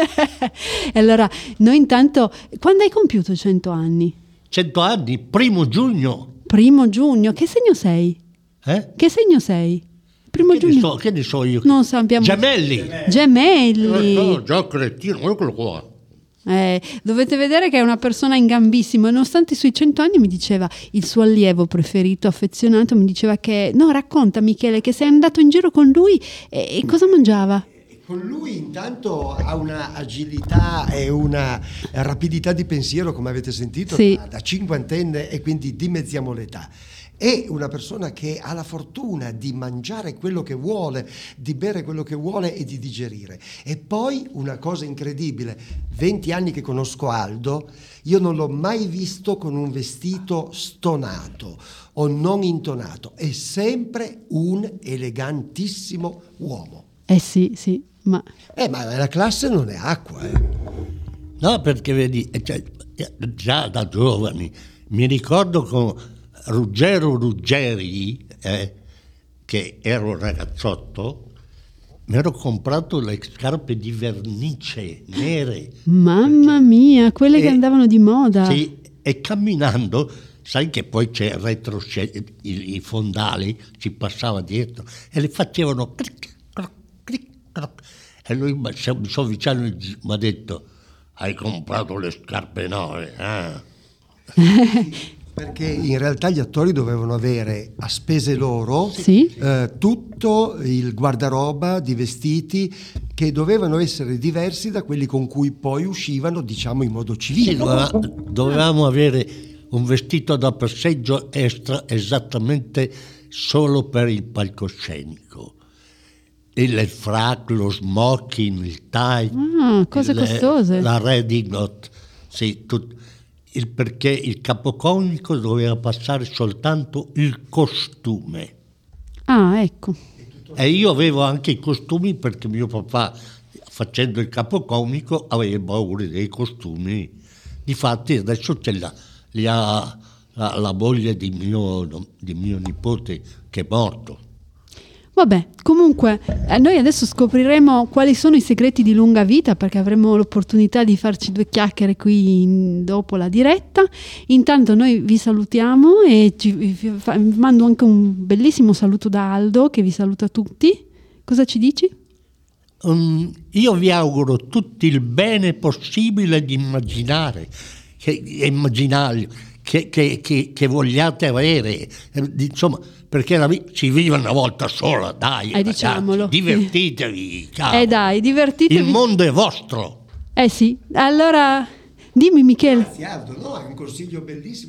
E allora, noi intanto, quando hai compiuto cento anni? Cento anni, primo giugno. Primo giugno, che segno sei? Eh? Che segno sei? Primo Che ne, giugno? so, che ne so io? Non sappiamo. Gemelli. Gemelli. No, già cretino, eccolo qua. Eh, dovete vedere che è una persona in gambissimo e nonostante i suoi cento anni mi diceva il suo allievo preferito, affezionato, mi diceva che no, racconta Michele che sei andato in giro con lui e, e cosa mangiava? Con lui intanto ha una agilità e una rapidità di pensiero, come avete sentito, Sì. da, da cinquantenne, e quindi dimezziamo l'età. È una persona che ha la fortuna di mangiare quello che vuole, di bere quello che vuole e di digerire. E poi una cosa incredibile, venti anni che conosco Aldo, io non l'ho mai visto con un vestito stonato o non intonato, è sempre un elegantissimo uomo. Eh sì, sì, ma Eh, ma la classe non è acqua, eh. No, perché vedi, cioè, già da giovani, mi ricordo con Ruggero Ruggeri, eh, che ero un ragazzotto, mi ero comprato le scarpe di vernice nere. mamma mia, quelle che E- andavano di moda. Sì, e camminando, sai che poi c'è il retroscena, i, i fondali, ci passava dietro e le facevano cric, croc, cric, croc. E lui mi sono vicino e mi ha detto: hai comprato le scarpe nuove, eh? Perché in realtà gli attori dovevano avere a spese loro Sì. eh, tutto il guardaroba di vestiti che dovevano essere diversi da quelli con cui poi uscivano, diciamo, in modo Sì, civile. doveva- dovevamo avere un vestito da passeggio extra esattamente solo per il palcoscenico. Il, il frac, lo smoking, il tie, Ah, cose il- costose. la redingot, sì, tut- il, perché il capoconico doveva passare soltanto il costume. Ah, ecco. E io avevo anche i costumi perché mio papà, facendo il capocomico, aveva paura dei costumi. Difatti adesso c'è la, li ha la, la moglie di mio, di mio nipote che è morto. Vabbè, comunque eh, noi adesso scopriremo quali sono i segreti di lunga vita perché avremo l'opportunità di farci due chiacchiere qui in- dopo la diretta. Intanto noi vi salutiamo e ci, vi fa- vi mando anche un bellissimo saluto da Aldo che vi saluta tutti. Cosa ci dici? Um, io vi auguro tutti il bene possibile di immaginare, che, immaginare, che, che, che, che vogliate avere, eh, insomma, perché la vi- si vive una volta sola, dai, Eh, ragazzi, diciamolo. divertitevi, cavolo. Eh dai, divertitevi. Il mondo è vostro. Eh sì, allora dimmi Michele. Grazie Aldo, no, è un consiglio bellissimo a tutti.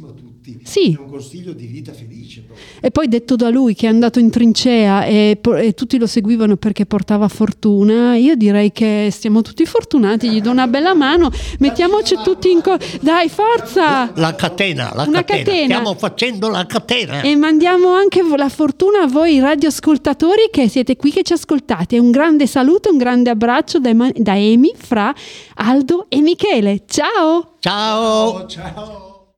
tutti. Sì. È un consiglio di vita felice. proprio. E poi detto da lui che è andato in trincea e, po- e tutti lo seguivano perché portava fortuna, io direi che stiamo tutti fortunati, gli do una bella mano, mettiamoci tutti in co- dai, forza! La catena, la Una catena. catena. Stiamo facendo la catena. E mandiamo anche la fortuna a voi radioascoltatori che siete qui, che ci ascoltate. Un grande saluto, un grande abbraccio da, Ema- da Emi, Fra, Aldo e Michele. Ciao! Ciao. Ciao.